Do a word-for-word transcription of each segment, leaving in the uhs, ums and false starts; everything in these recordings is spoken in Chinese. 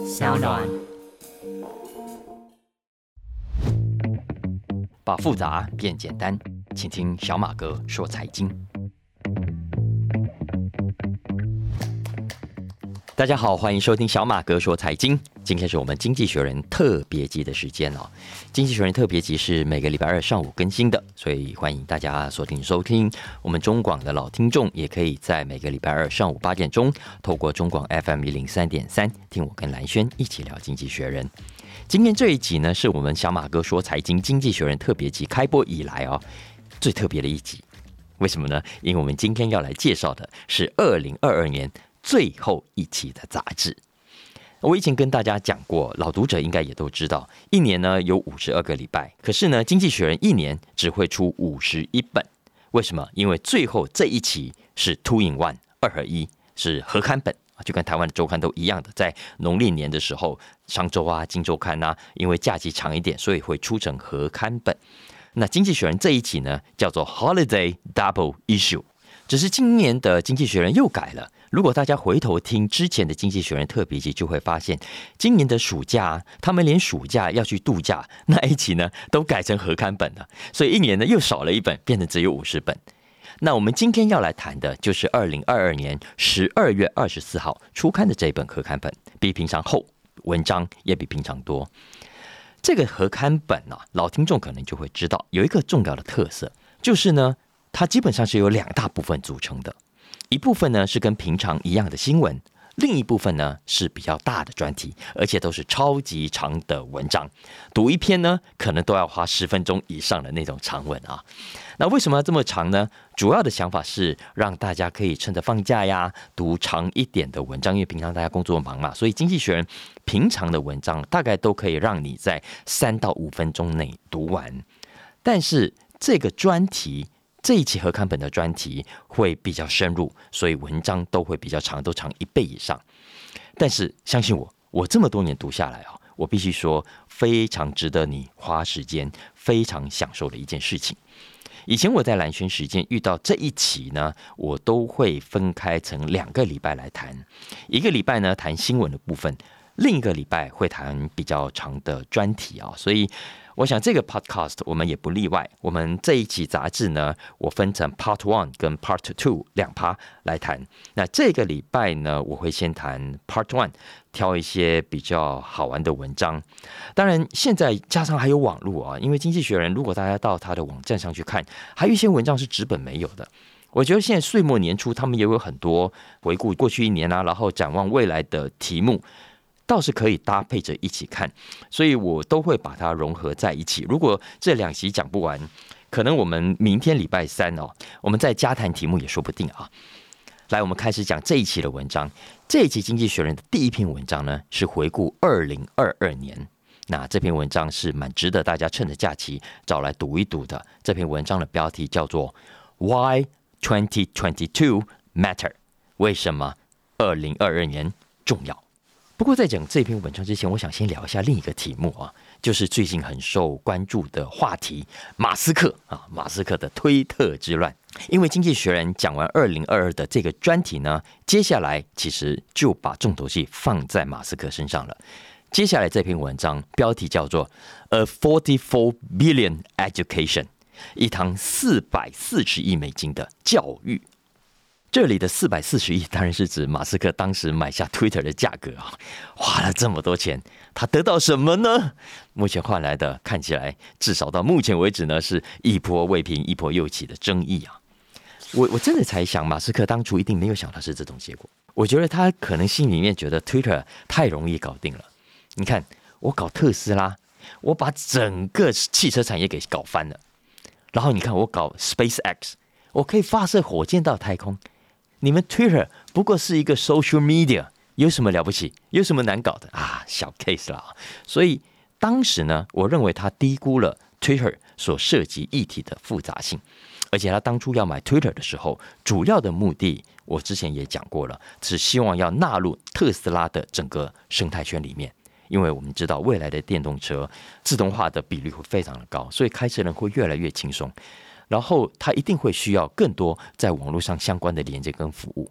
小暖， 把复杂变简单，请听小马哥说财经。大家好，欢迎收听小马哥说财经。今天是我们经济学人特别集的时间哦。经济学人特别集是每个礼拜二上午更新的，所以欢迎大家锁定收听。我们中广的老听众也可以在每个礼拜二上午八点钟，透过中广 F M 一零三点三，听我跟蓝轩一起聊经济学人。今天这一集呢，是我们小马哥说财经经济学人特别集开播以来哦最特别的一集。为什么呢？因为我们今天要来介绍的是二零二二年最后一期的杂志。我以前跟大家讲过，老读者应该也都知道，一年呢有五十二个礼拜，可是呢，经济学人一年只会出五十一本。为什么？因为最后这一期是 two in one 二合一，是合刊本，就跟台湾的周刊都一样的，在农历年的时候，商周啊、金周刊啊，因为假期长一点，所以会出成合刊本。那经济学人这一期呢，叫做 Holiday Double Issue， 只是今年的经济学人又改了。如果大家回头听之前的经济学人特别集，就会发现今年的暑假，他们连暑假要去度假那一期呢，都改成合刊本了，所以一年呢又少了一本，变成只有五十本。那我们今天要来谈的就是二零二二年十二月二十四号出刊的这本合刊本，比平常厚，文章也比平常多。这个合刊本啊，老听众可能就会知道，有一个重要的特色，就是呢，它基本上是由两大部分组成的。一部分呢是跟平常一样的新闻，另一部分呢是比较大的专题，而且都是超级长的文章。读一篇呢，可能都要花十分钟以上的那种长文啊。那为什么要这么长呢？主要的想法是让大家可以趁着放假呀，读长一点的文章，因为平常大家工作忙嘛，所以经济学人平常的文章大概都可以让你在三到五分钟内读完。但是这个专题，这一期合刊本的专题会比较深入，所以文章都会比较长，都长一倍以上。但是相信我，我这么多年读下来啊，我必须说非常值得你花时间，非常享受的一件事情。以前我在蓝轩时间遇到这一期呢，我都会分开成两个礼拜来谈，一个礼拜呢谈新闻的部分，另一个礼拜会谈比较长的专题啊，所以我想这个 podcast 我们也不例外。我们这一期杂志呢，我分成 part one 跟 part two 两趴来谈。那这个礼拜呢，我会先谈 part one， 挑一些比较好玩的文章。当然，现在加上还有网络啊，因为经济学人如果大家到他的网站上去看，还有一些文章是纸本没有的。我觉得现在岁末年初，他们也有很多回顾过去一年啊，然后展望未来的题目，倒是可以搭配着一起看，所以我都会把它融合在一起。如果这两期讲不完，可能我们明天礼拜三哦，我们再加谈题目也说不定啊。来，我们开始讲这一期的文章。这一期《经济学人》的第一篇文章呢，是回顾二零二二年。那这篇文章是蛮值得大家趁着假期找来读一读的。这篇文章的标题叫做 Why twenty twenty-two Matter？ 为什么二零二二年重要？不过在讲这篇文章之前，我想先聊一下另一个题目啊，就是最近很受关注的话题——马斯克啊，马斯克的推特之乱。因为《经济学人》讲完二零二二的这个专题呢，接下来其实就把重头戏放在马斯克身上了。接下来这篇文章标题叫做 A forty-four billion Education， 一堂四百四十亿美金的教育。这里的四百四十亿当然是指马斯克当时买下 Twitter 的价格啊，花了这么多钱，他得到什么呢？目前换来的看起来，至少到目前为止呢，是一波未平一波又起的争议啊。我我真的猜想，马斯克当初一定没有想到是这种结果。我觉得他可能心里面觉得 Twitter 太容易搞定了。你看，我搞特斯拉，我把整个汽车产业给搞翻了。然后你看，我搞 SpaceX， 我可以发射火箭到太空。你们 Twitter 不过是一个 social media， 有什么了不起？有什么难搞的啊？小 case 啦。所以当时呢，我认为他低估了 Twitter 所涉及议题的复杂性，而且他当初要买 Twitter 的时候，主要的目的我之前也讲过了，是希望要纳入特斯拉的整个生态圈里面。因为我们知道未来的电动车自动化的比率会非常的高，所以开车人会越来越轻松。然后它一定会需要更多在网络上相关的连接跟服务，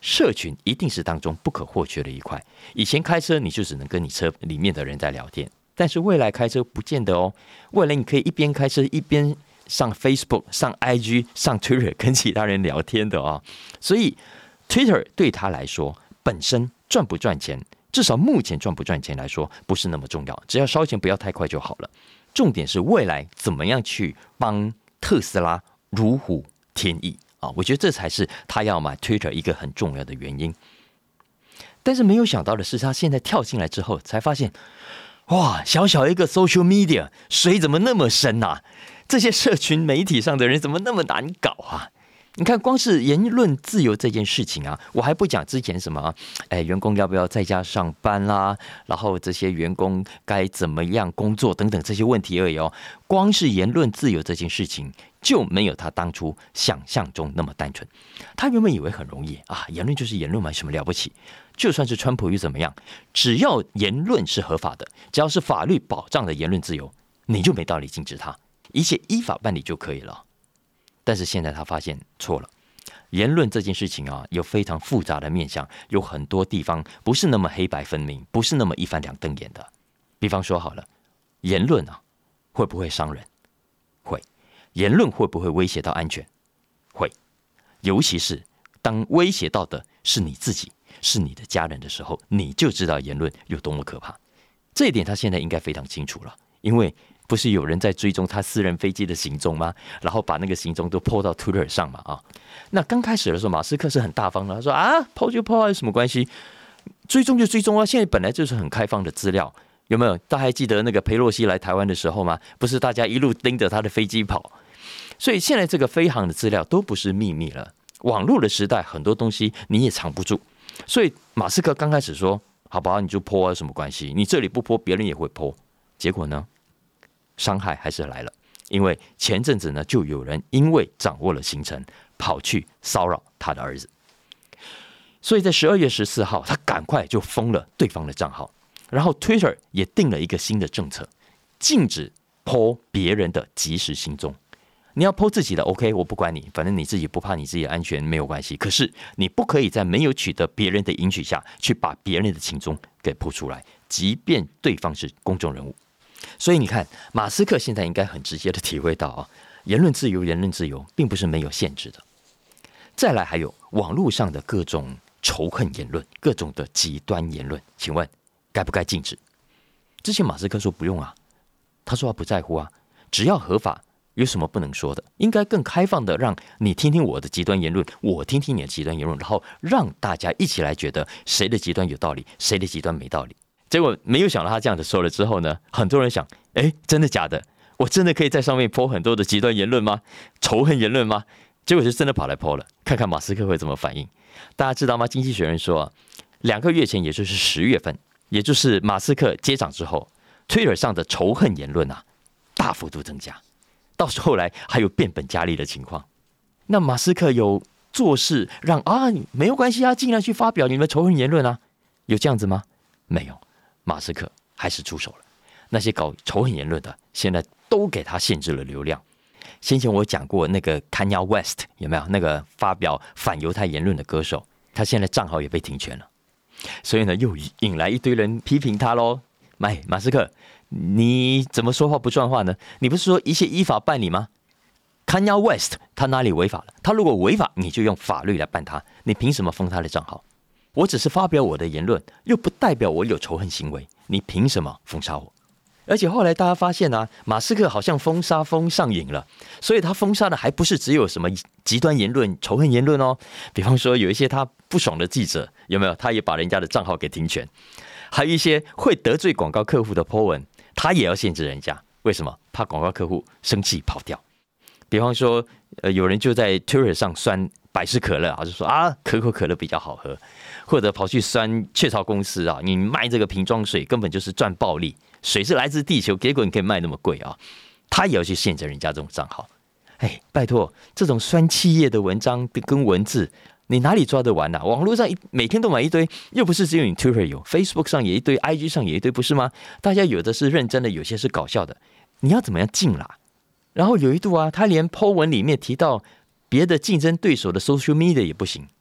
社群一定是当中不可或缺的一块。以前开车你就只能跟你车里面的人在聊天，但是未来开车不见得哦。未来你可以一边开车一边上 Facebook、上 I G、上 Twitter 跟其他人聊天的哦。所以 Twitter 对他来说本身赚不赚钱，至少目前赚不赚钱来说不是那么重要，只要烧钱不要太快就好了。重点是未来怎么样去帮特斯拉如虎添翼啊！我觉得这才是他要买 Twitter 一个很重要的原因。但是没有想到的是，他现在跳进来之后，才发现，哇，小小一个 social media 水怎么那么深啊？这些社群媒体上的人怎么那么难搞啊？你看，光是言论自由这件事情啊，我还不讲之前什么，哎，员工要不要在家上班啦，然后这些员工该怎么样工作等等这些问题而已哦。光是言论自由这件事情，就没有他当初想象中那么单纯。他原本以为很容易啊，言论就是言论嘛，什么了不起？就算是川普又怎么样？只要言论是合法的，只要是法律保障的言论自由，你就没道理禁止它，一切依法办理就可以了。但是现在他发现错了，言论这件事情啊，有非常复杂的面向，有很多地方不是那么黑白分明，不是那么一翻两瞪眼的。比方说好了，言论啊，会不会伤人？会。言论会不会威胁到安全？会。尤其是当威胁到的是你自己，是你的家人的时候，你就知道言论有多么可怕。这一点他现在应该非常清楚了，因为不是有人在追踪他私人飞机的行踪吗？然后把那个行踪都 po 到 Twitter 上嘛啊。那刚开始的时候，马斯克是很大方的，他说啊 po 就 po 啊，有什么关系？追踪就追踪啊，现在本来就是很开放的资料，有没有？大家还记得那个裴洛西来台湾的时候吗？不是大家一路盯着他的飞机跑，所以现在这个飞航的资料都不是秘密了。网络的时代，很多东西你也藏不住，所以马斯克刚开始说，好吧，你就 po 啊，有什么关系？你这里不 po， 别人也会 po。结果呢？伤害还是来了，因为前阵子呢，就有人因为掌握了行程，跑去骚扰他的儿子，所以在十二月十四号，他赶快就封了对方的账号，然后 Twitter 也定了一个新的政策，禁止 po 别人的即时行踪。你要 po 自己的 OK， 我不管你，反正你自己不怕你自己的安全没有关系。可是你不可以在没有取得别人的允许下去把别人的行踪给 po 出来，即便对方是公众人物。所以你看，马斯克现在应该很直接的体会到啊，言论自由，言论自由并不是没有限制的。再来还有网络上的各种仇恨言论，各种的极端言论，请问该不该禁止？之前马斯克说不用啊，他说他不在乎啊，只要合法，有什么不能说的？应该更开放的，让你听听我的极端言论，我听听你的极端言论，然后让大家一起来觉得谁的极端有道理，谁的极端没道理。结果没有想到他这样子说了之后呢，很多人想，哎，真的假的？我真的可以在上面 po 很多的极端言论吗？仇恨言论吗？结果就真的跑来 po 了，看看马斯克会怎么反应。大家知道吗？经济学人说，两个月前，也就是十月份，也就是马斯克接掌之后 ，Twitter 上的仇恨言论啊，大幅度增加，到后来还有变本加厉的情况。那马斯克有做事让啊，没有关系啊，尽量去发表你们仇恨言论啊，有这样子吗？没有。马斯克还是出手了，那些搞仇恨言论的，现在都给他限制了流量。先前我讲过那个 Kanye West 有没有？那个发表反犹太言论的歌手，他现在账号也被停权了，所以呢，又引来一堆人批评他喽。哎，马斯克，你怎么说话不算话呢？你不是说一切依法办理吗？ Kanye West 他哪里违法了？他如果违法，你就用法律来办他，你凭什么封他的账号？我只是发表我的言论，又不代表我有仇恨行为，你凭什么封杀我？而且后来大家发现啊，马斯克好像封杀封上瘾了，所以他封杀的还不是只有什么极端言论、仇恨言论哦。比方说有一些他不爽的记者，有没有？他也把人家的账号给停权。还有一些会得罪广告客户的 po 文，他也要限制人家。为什么？怕广告客户生气跑掉。比方说，呃，有人就在 Twitter 上酸百事可乐啊，就说啊，可口可乐比较好喝，或者跑去酸雀巢公司啊，你卖这个瓶装水根本就是赚暴利，水是来自地球，结果你可以卖那么贵啊，他也要去限制人家这种账号。哎，拜托，这种酸企业的文章跟文字，你哪里抓得完啊？网络上每天都买一堆，又不是只有你 Twitter 有 ，Facebook 上也一堆 ，I G 上也一堆，不是吗？大家有的是认真的，有些是搞笑的，你要怎么样禁啦？然后有一度啊，他连 po 文里面提到别的竞争对手的 social media 也不行。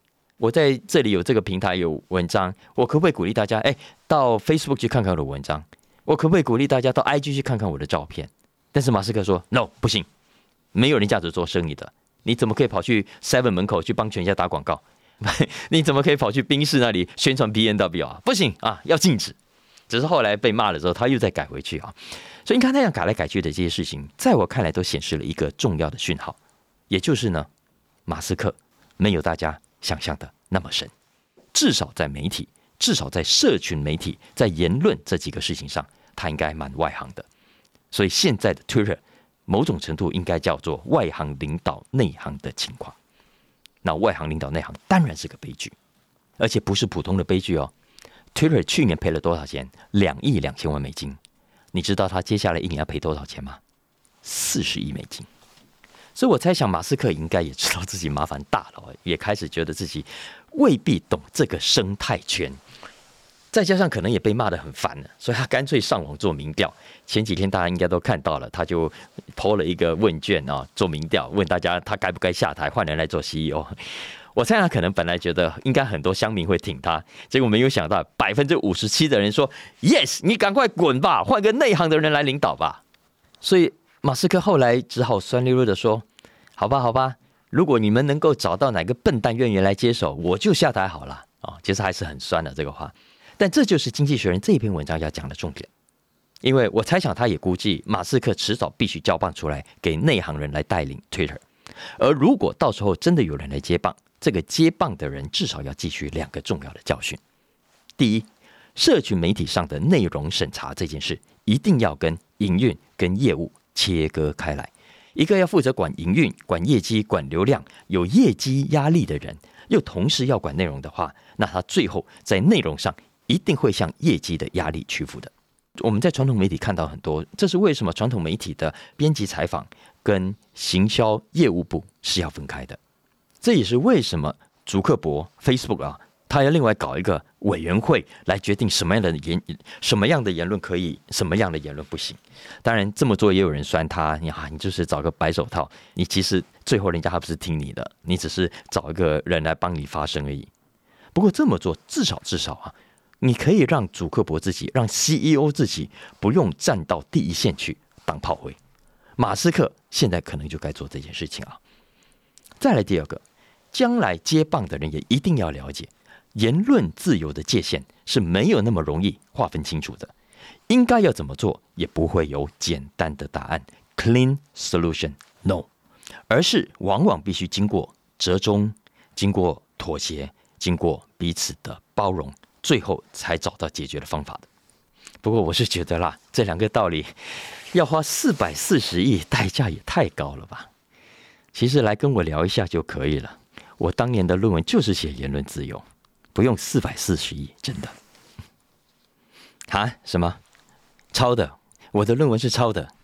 我在这里有这个平台有文章，我可不可以鼓励大家，哎，到 Facebook 去看看我的文章？我可不可以鼓励大家到 I G 去看看我的照片？但是马斯克说 ，No， 不行，没有人这样子做生意的。你怎么可以跑去 Seven 门口去帮全家打广告？你怎么可以跑去宾士那里宣传 B M W 啊？不行啊，要禁止。只是后来被骂了之后，他又再改回去啊。所以你看那样改来改去的这些事情，在我看来都显示了一个重要的讯号，也就是呢，马斯克没有大家想象的那么深，至少在媒体，至少在社群媒体，在言论这几个事情上，他应该蛮外行的。所以现在的 Twitter 某种程度应该叫做外行领导内行的情况。那外行领导内行当然是个悲剧，而且不是普通的悲剧哦。Twitter 去年赔了多少钱？两亿两千万美金。你知道他接下来一年要赔多少钱吗？四十亿美金。所以我猜想马斯克应该也知道自己麻烦大了，也开始觉得自己未必懂这个生态圈。再加上可能也被骂得很烦了，所以他干脆上网做民调。前几天大家应该都看到了，他就 po 了一个问卷啊，做民调，问大家他该不该下台，换人来做 C E O。我猜他可能本来觉得应该很多乡民会挺他，结果没有想到百分之五十七的人说 Yes， 你赶快滚吧，换个内行的人来领导吧。所以马斯克后来只好酸溜溜的说：“好吧，好吧，如果你们能够找到哪个笨蛋愿意来接手，我就下台好了。”哦，其实还是很酸的这个话。但这就是《经济学人》这篇文章要讲的重点，因为我猜想他也估计马斯克迟早必须交棒出来给内行人来带领 Twitter， 而如果到时候真的有人来接棒，这个接棒的人至少要汲取两个重要的教训。第一，社群媒体上的内容审查这件事一定要跟营运跟业务切割开来，一个要负责管营运、管业绩、管流量，有业绩压力的人，又同时要管内容的话，那他最后在内容上一定会向业绩的压力屈服的。我们在传统媒体看到很多，这是为什么传统媒体的编辑采访跟行销业务部是要分开的。这也是为什么祖克伯 Facebook 啊，他要另外搞一个委员会来决定什么样的言什么样的言论可以，什么样的言论不行。当然这么做也有人酸他，你啊，你就是找个白手套，你其实最后人家还不是听你的，你只是找一个人来帮你发声而已。不过这么做至少至少啊，你可以让祖克伯自己，让 C E O 自己不用站到第一线去当炮灰。马斯克现在可能就该做这件事情啊。再来第二个，将来接棒的人也一定要了解，言论自由的界限是没有那么容易划分清楚的。应该要怎么做，也不会有简单的答案 ，clean solution no， 而是往往必须经过折中，经过妥协，经过彼此的包容，最后才找到解决的方法的。不过我是觉得啦，这两个道理要花四百四十亿，代价也太高了吧？其实来跟我聊一下就可以了。我当年的论文就是写言论自由，不用四百四十亿，真的。啊？什么？抄的？我的论文是抄的。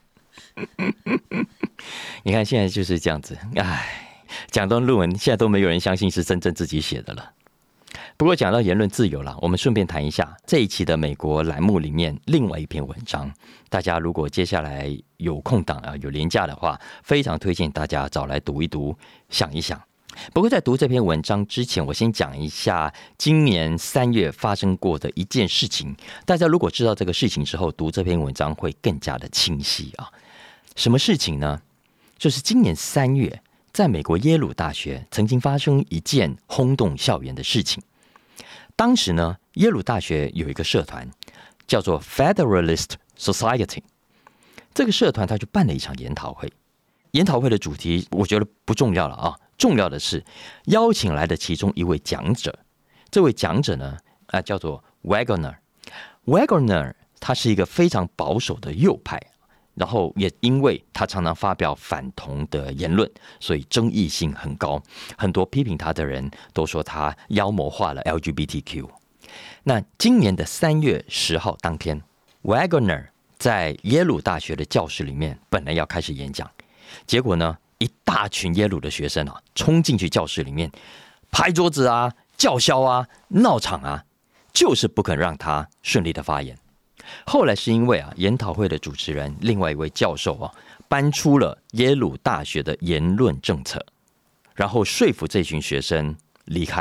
你看现在就是这样子，唉，讲到论文，现在都没有人相信是真正自己写的了。不过讲到言论自由啦，我们顺便谈一下这一期的美国栏目里面另外一篇文章。大家如果接下来有空档啊，有连假的话，非常推荐大家找来读一读，想一想。不过在读这篇文章之前，我先讲一下今年三月发生过的一件事情。大家如果知道这个事情之后，读这篇文章会更加的清晰啊。什么事情呢？就是今年三月，在美国耶鲁大学曾经发生一件轰动校园的事情。当时呢，耶鲁大学有一个社团叫做 Federalist Society， 这个社团他就办了一场研讨会。研讨会的主题我觉得不重要了啊，重要的是邀请来的其中一位讲者。这位讲者呢，啊，叫做 Wagner。Wagner 他是一个非常保守的右派，然后也因为他常常发表反同的言论，所以争议性很高。很多批评他的人都说他妖魔化了 L G B T Q。那今年的三月十号当天 ，Wagner 在耶鲁大学的教室里面本来要开始演讲，结果呢，一大群耶鲁的学生啊，冲进去教室里面，拍桌子啊、叫嚣啊、闹场啊，就是不肯让他顺利的发言。后来是因为啊，研讨会的主持人另外一位教授啊，搬出了耶鲁大学的言论政策，然后说服这群学生离开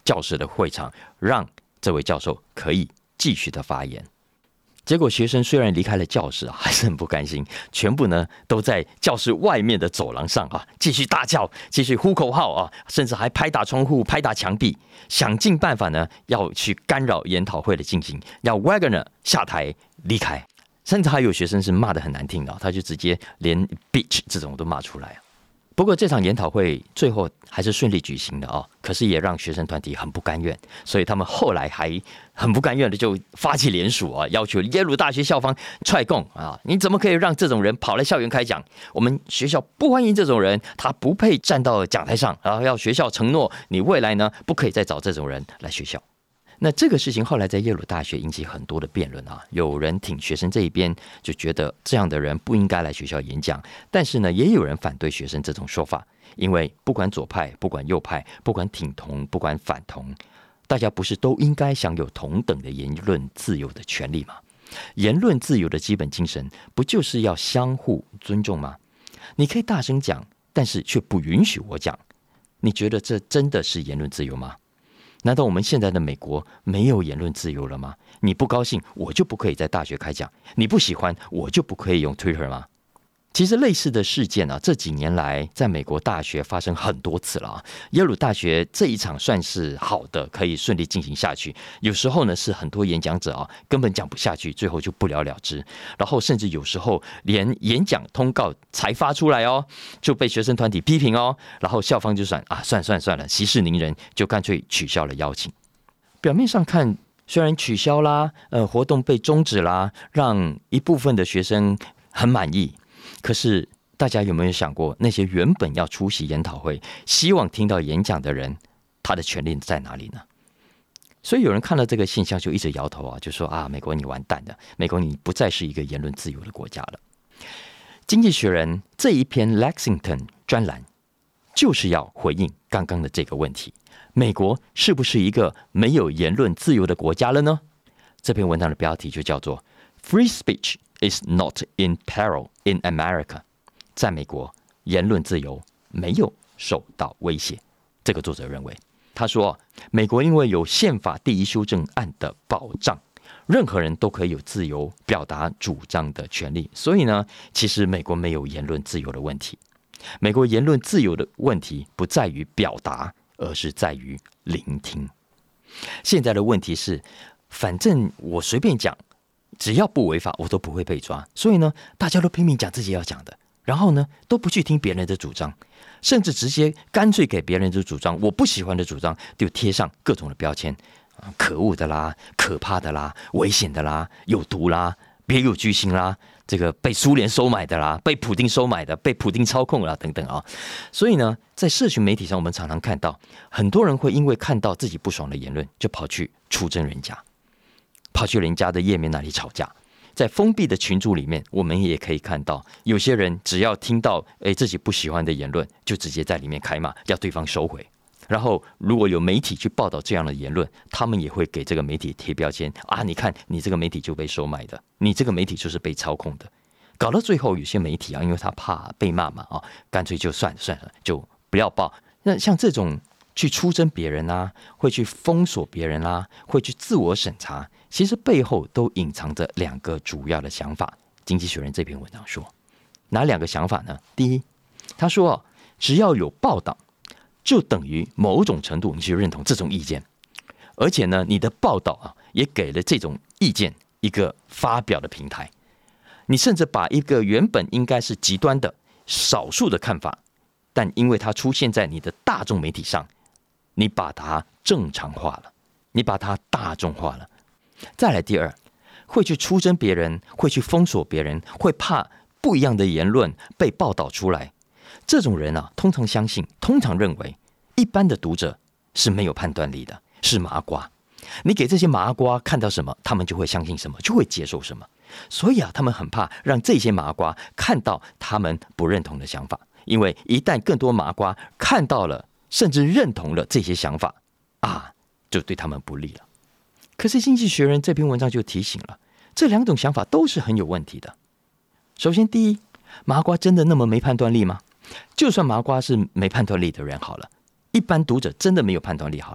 教室的会场，让这位教授可以继续的发言。结果学生虽然离开了教室啊，还是很不甘心，全部呢都在教室外面的走廊上啊，继续大叫，继续呼口号啊，甚至还拍打窗户、拍打墙壁，想尽办法呢要去干扰研讨会的进行，要 Wagner 下台离开。甚至还有学生是骂得很难听的，他就直接连 bitch 这种都骂出来。不过这场研讨会最后还是顺利举行的哦，可是也让学生团体很不甘愿，所以他们后来还很不甘愿的就发起联署啊，要求耶鲁大学校方踹供啊，你怎么可以让这种人跑来校园开讲？我们学校不欢迎这种人，他不配站到讲台上，然后要学校承诺你未来呢不可以再找这种人来学校。那这个事情后来在耶鲁大学引起很多的辩论啊，有人挺学生这一边，就觉得这样的人不应该来学校演讲，但是呢，也有人反对学生这种说法，因为不管左派、不管右派、不管挺同、不管反同，大家不是都应该享有同等的言论自由的权利吗？言论自由的基本精神不就是要相互尊重吗？你可以大声讲，但是却不允许我讲，你觉得这真的是言论自由吗？难道我们现在的美国没有言论自由了吗？你不高兴，我就不可以在大学开讲；你不喜欢，我就不可以用 Twitter 吗？其实类似的事件啊，这几年来在美国大学发生很多次了啊。耶鲁大学这一场算是好的，可以顺利进行下去。有时候呢，是很多演讲者啊根本讲不下去，最后就不了了之。然后甚至有时候连演讲通告才发出来哦，就被学生团体批评哦。然后校方就算啊，算算算了，息事宁人，就干脆取消了邀请。表面上看，虽然取消啦，呃，活动被终止啦，让一部分的学生很满意。可是大家有没有想过，那些原本要出席研讨会、希望听到演讲的人，他的权利在哪里呢？所以有人看到这个现象就一直摇头啊，就说啊，美国你完蛋了，美国你不再是一个言论自由的国家了。经济学人这一篇 Lexington 专栏就是要回应刚刚的这个问题：美国是不是一个没有言论自由的国家了呢？这篇文章的标题就叫做 Free Speech is not in peril in America。 在美国，言论自由没有受到威胁。这个作者认为，他说，美国因为有宪法第一修正案的保障，任何人都可以有自由表达主张的权利，所以呢，其实美国没有言论自由的问题。美国言论自由的问题不在于表达，而是在于聆听。现在的问题是，反正我随便讲，只要不违法，我都不会被抓。所以呢，大家都拼命讲自己要讲的，然后呢，都不去听别人的主张，甚至直接干脆给别人的主张，我不喜欢的主张，就贴上各种的标签，可恶的啦，可怕的啦，危险的啦，有毒啦，别有居心啦，这个被苏联收买的啦，被普丁收买的，被普丁操控啦，等等啊。所以呢，在社群媒体上，我们常常看到很多人会因为看到自己不爽的言论，就跑去出征人家。跑去人家的页面那里吵架。在封闭的群组里面，我们也可以看到，有些人只要听到诶自己不喜欢的言论，就直接在里面开骂，要对方收回。然后如果有媒体去报道这样的言论，他们也会给这个媒体贴标签啊，你看你这个媒体就被收买的，你这个媒体就是被操控的。搞到最后，有些媒体啊，因为他怕被骂嘛啊，干脆就算了算了，就不要报。那像这种去出征别人啊，会去封锁别人啊，会去自我审查，其实背后都隐藏着两个主要的想法。经济学人这篇文章说，哪两个想法呢？第一，他说只要有报道，就等于某种程度你去认同这种意见，而且呢，你的报道啊，也给了这种意见一个发表的平台。你甚至把一个原本应该是极端的少数的看法，但因为它出现在你的大众媒体上，你把它正常化了，你把它大众化了。再来第二，会去出征别人，会去封锁别人，会怕不一样的言论被报道出来。这种人啊，通常相信，通常认为，一般的读者是没有判断力的，是麻瓜。你给这些麻瓜看到什么，他们就会相信什么，就会接受什么。所以啊，他们很怕让这些麻瓜看到他们不认同的想法，因为一旦更多麻瓜看到了，甚至认同了这些想法啊，就对他们不利了。可是《经济学人》这篇文章就提醒了，这两种想法都是很有问题的。首先，第一，麻瓜真的那么没判断力吗？就算麻瓜是没判断力的人好了，一般读者真的没有判断力好了，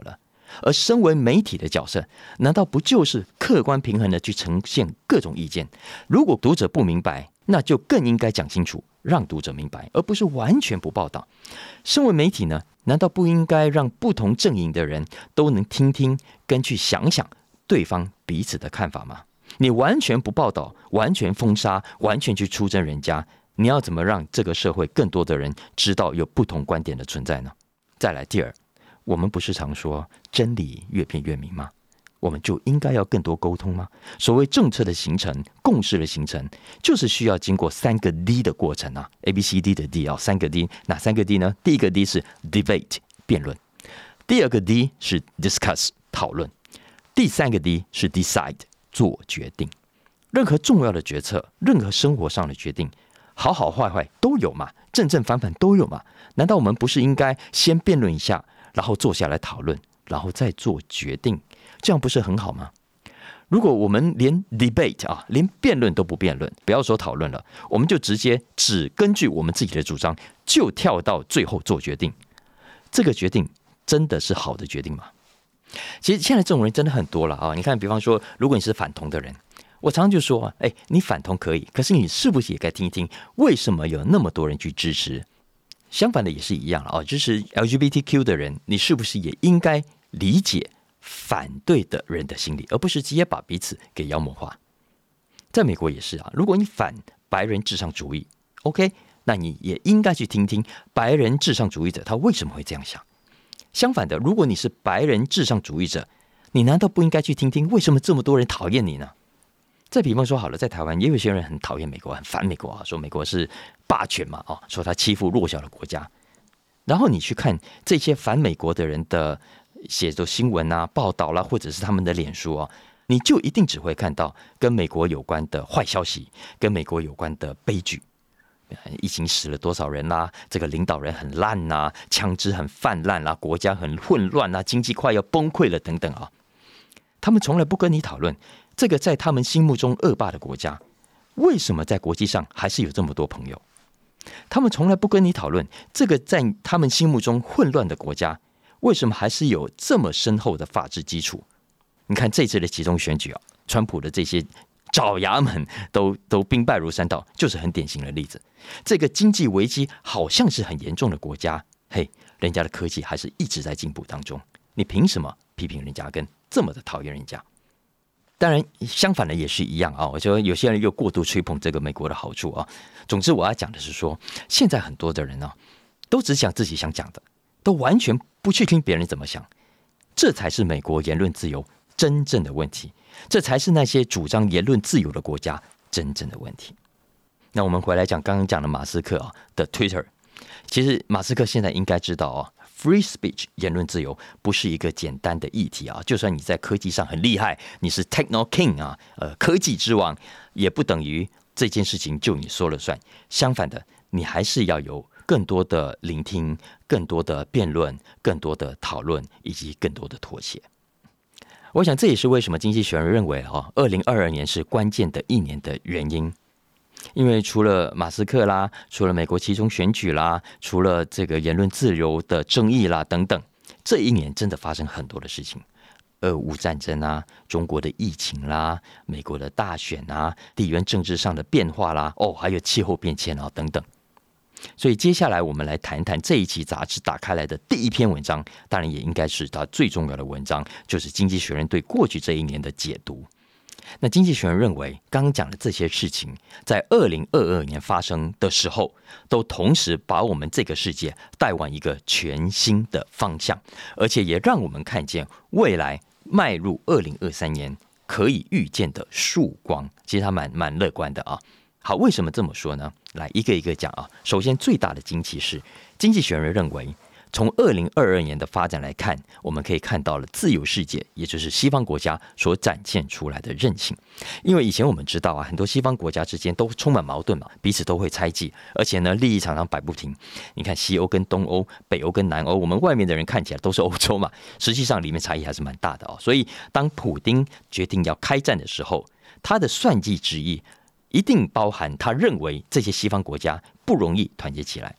而身为媒体的角色，难道不就是客观平衡的去呈现各种意见？如果读者不明白，那就更应该讲清楚，让读者明白，而不是完全不报道。身为媒体呢，难道不应该让不同阵营的人都能听听跟去想想对方彼此的看法吗？你完全不报道，完全封杀，完全去出征人家，你要怎么让这个社会更多的人知道有不同观点的存在呢？再来第二，我们不是常说真理越辩越明吗？我们就应该要更多沟通吗？所谓政策的形成、共识的形成，就是需要经过三个 D 的过程啊 ，A B C D 的 D 啊，三个 D， 哪三个 D 呢？第一个 D 是 debate 辩论，第二个 D 是 discuss 讨论，第三个 D 是 decide 做决定。任何重要的决策，任何生活上的决定，好好坏坏都有嘛，正正反反都有嘛。难道我们不是应该先辩论一下，然后坐下来讨论，然后再做决定？这样不是很好吗？如果我们连 debate 啊，连辩论都不辩论，不要说讨论了，我们就直接只根据我们自己的主张就跳到最后做决定，这个决定真的是好的决定吗？其实现在这种人真的很多了啊！你看，比方说，如果你是反同的人，我常常就说，哎，你反同可以，可是你是不是也该听一听，为什么有那么多人去支持？相反的也是一样啊，支持 L G B T Q 的人，你是不是也应该理解反对的人的心理，而不是直接把彼此给妖魔化？在美国也是啊，如果你反白人至上主义 ，OK， 那你也应该去听听白人至上主义者他为什么会这样想。相反的，如果你是白人至上主义者，你难道不应该去听听为什么这么多人讨厌你呢？再比方说好了，在台湾也有些人很讨厌美国，很反美国啊，说美国是霸权嘛，哦，说他欺负弱小的国家。然后你去看这些反美国的人的写的新闻啊、报道啦、啊，或者是他们的脸书啊，你就一定只会看到跟美国有关的坏消息，跟美国有关的悲剧。疫情死了多少人啦、啊？这个领导人很烂呐、啊，枪支很泛滥啦、啊，国家很混乱啊，经济快要崩溃了等等啊。他们从来不跟你讨论这个在他们心目中恶霸的国家，为什么在国际上还是有这么多朋友？他们从来不跟你讨论这个在他们心目中混乱的国家，为什么还是有这么深厚的法治基础？你看这次的集中选举啊，川普的这些爪牙们都都兵败如山倒，就是很典型的例子。这个经济危机好像是很严重的国家，嘿，人家的科技还是一直在进步当中，你凭什么批评人家跟这么的讨厌人家？当然，相反的也是一样啊。我觉得有些人又过度吹捧这个美国的好处啊。总之，我要讲的是说，现在很多的人啊，都只讲自己想讲的，都完全不去听别人怎么想。这才是美国言论自由真正的问题，这才是那些主张言论自由的国家真正的问题。那我们回来讲刚刚讲的马斯克啊的 Twitter， 其实马斯克现在应该知道啊。Free speech 言论自由不是一个简单的议题啊！就算你在科技上很厉害，你是 Techno King 啊，呃，科技之王，也不等于这件事情就你说了算。相反的，你还是要有更多的聆听、更多的辩论、更多的讨论，以及更多的妥协。我想这也是为什么经济学人认为啊，二零二二年是关键的一年的原因。因为除了马斯克啦，除了美国期中选举啦，除了这个言论自由的争议啦等等，这一年真的发生很多的事情，俄乌战争啊，中国的疫情啦，美国的大选啊，地缘政治上的变化啦，哦，还有气候变迁啊等等。所以接下来我们来谈谈这一期杂志打开来的第一篇文章，当然也应该是它最重要的文章，就是《经济学人》对过去这一年的解读。那经济学人认为，刚刚讲的这些事情，在二零二二年发生的时候，都同时把我们这个世界带往一个全新的方向，而且也让我们看见未来迈入二零二三年可以预见的曙光。其实他蛮蛮乐观的啊。好，为什么这么说呢？来一个一个讲啊。首先，最大的惊奇是，经济学人认为，从二零二二年的发展来看，我们可以看到了自由世界，也就是西方国家所展现出来的韧性。因为以前我们知道啊，很多西方国家之间都充满矛盾嘛，彼此都会猜忌，而且呢，利益常常摆不平。你看西欧跟东欧、北欧跟南欧，我们外面的人看起来都是欧洲嘛，实际上里面差异还是蛮大的哦。所以当普丁决定要开战的时候，他的算计之意一定包含他认为这些西方国家不容易团结起来。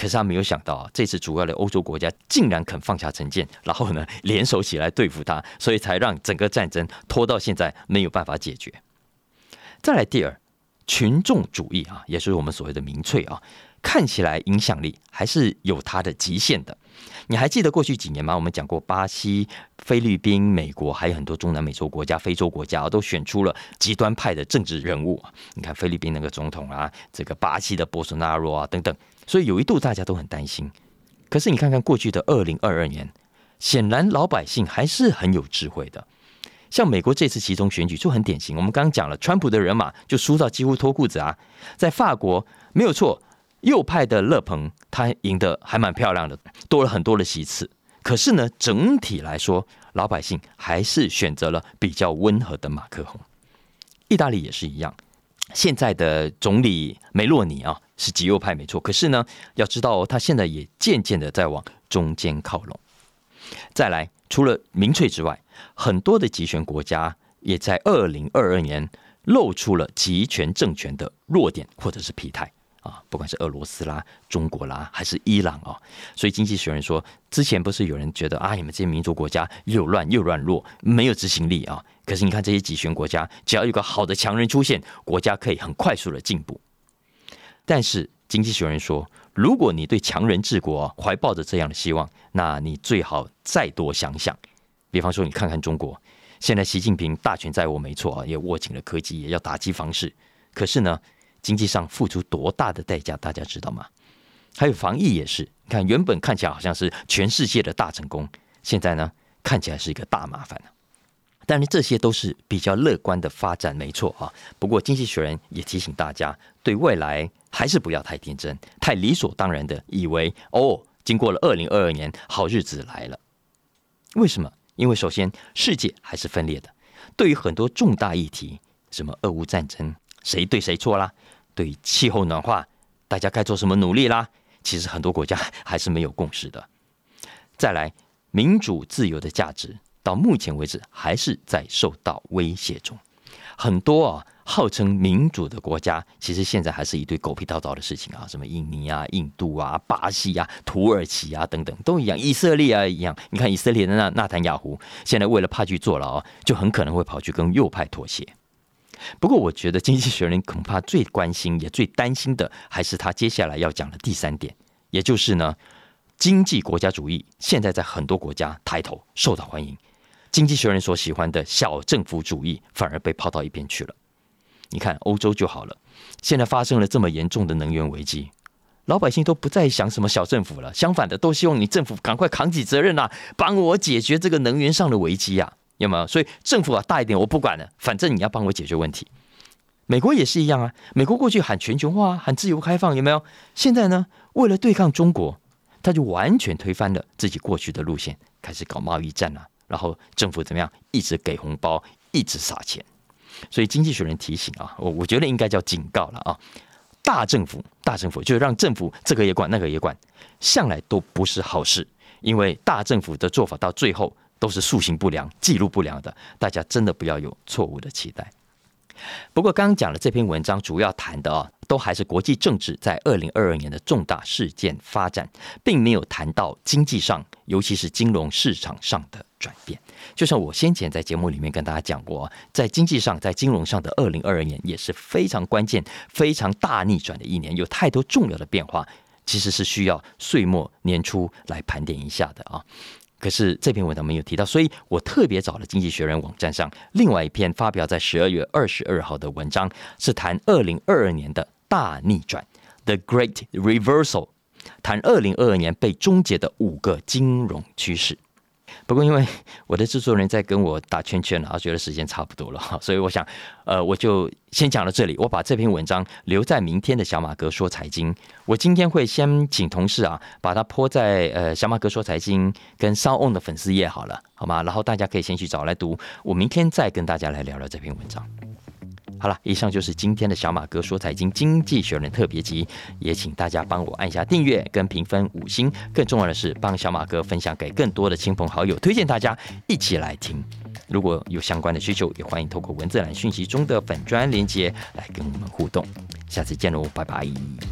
可是他没有想到啊，这次主要的欧洲国家竟然肯放下成见，然后呢联手起来对付他，所以才让整个战争拖到现在没有办法解决。再来第二，群众主义啊，也就是我们所谓的民粹啊，看起来影响力还是有它的极限的。你还记得过去几年吗？我们讲过巴西、菲律宾、美国，还有很多中南美洲国家、非洲国家都选出了极端派的政治人物。你看菲律宾那个总统啊，这个巴西的波索纳罗啊等等，所以有一度大家都很担心。可是你看看过去的二零二二年，显然老百姓还是很有智慧的。像美国这次期中选举就很典型，我们刚刚讲了，川普的人马就输到几乎脱裤子啊。在法国没有错，右派的勒庞他赢得还蛮漂亮的，多了很多的席次。可是呢，整体来说，老百姓还是选择了比较温和的马克宏。意大利也是一样，现在的总理梅洛尼啊是极右派没错，可是呢，要知道、哦、他现在也渐渐的在往中间靠拢。再来，除了民粹之外，很多的集权国家也在二零二二年露出了集权政权的弱点或者是疲态啊，不管是俄罗斯啦、中国啦，还是伊朗啊。所以经济学人说，之前不是有人觉得啊，你们这些民主国家又乱又软弱，没有执行力啊。可是你看这些集权国家，只要有个好的强人出现，国家可以很快速的进步。但是经济学人说，如果你对强人治国怀抱着这样的希望，那你最好再多想想。比方说，你看看中国，现在习近平大权在握没错啊，也握紧了科技，也要打击房市。可是呢，经济上付出多大的代价，大家知道吗？还有防疫也是，你看原本看起来好像是全世界的大成功，现在呢看起来是一个大麻烦。当然这些都是比较乐观的发展，没错啊。不过经济学人也提醒大家，对未来还是不要太天真，太理所当然的以为哦，经过了二零二二年，好日子来了。为什么？因为首先世界还是分裂的，对于很多重大议题，什么俄乌战争，谁对谁错啦？对于气候暖化，大家该做什么努力啦？其实很多国家还是没有共识的。再来，民主自由的价值到目前为止还是在受到威胁中。很多啊号称民主的国家，其实现在还是一堆狗屁倒灶的事情啊，什么印尼啊、印度啊、巴西啊、土耳其啊等等都一样，以色列啊一样。你看以色列的纳纳坦雅胡，现在为了怕去坐牢，就很可能会跑去跟右派妥协。不过我觉得经济学人恐怕最关心也最担心的，还是他接下来要讲的第三点，也就是呢，经济国家主义现在在很多国家抬头，受到欢迎。经济学人所喜欢的小政府主义反而被抛到一边去了。你看欧洲就好了，现在发生了这么严重的能源危机，老百姓都不再想什么小政府了，相反的都希望你政府赶快扛起责任啊，帮我解决这个能源上的危机啊，有没有？所以政府啊大一点我不管了，反正你要帮我解决问题。美国也是一样啊，美国过去喊全球化、喊自由开放，有没有？现在呢，为了对抗中国，他就完全推翻了自己过去的路线，开始搞贸易战啊，然后政府怎么样，一直给红包，一直撒钱。所以经济学人提醒啊，我觉得应该叫警告了啊，大政府，大政府就是让政府这个也管那个也管，向来都不是好事，因为大政府的做法到最后都是塑形不良、记录不良的，大家真的不要有错误的期待。不过刚刚讲的这篇文章主要谈的啊，都还是国际政治在二零二二年的重大事件发展，并没有谈到经济上，尤其是金融市场上的转变。就像我先前在节目里面跟大家讲过，在经济上、在金融上的二零二二年也是非常关键、非常大逆转的一年，有太多重要的变化，其实是需要岁末年初来盘点一下的啊。可是这篇文章没有提到，所以我特别找了经济学人网站上另外一篇发表在十二月二十二号的文章，是谈二零二二年的大逆转 The Great Reversal， 谈二零二二年被终结的五个金融趋势。不过因为我的制作人在跟我打圈圈了，觉得时间差不多了，所以我想呃，我就先讲到这里，我把这篇文章留在明天的小马哥说财经。我今天会先请同事啊，把它po在呃小马哥说财经跟 SoundOn 的粉丝页好了，好吗？然后大家可以先去找来读，我明天再跟大家来聊聊这篇文章。好了，以上就是今天的小马哥说财经经济学人特别集，也请大家帮我按下订阅跟评分五星，更重要的是帮小马哥分享给更多的亲朋好友，推荐大家一起来听。如果有相关的需求，也欢迎透过文字栏讯息中的粉专连结来跟我们互动。下次见喽，拜拜。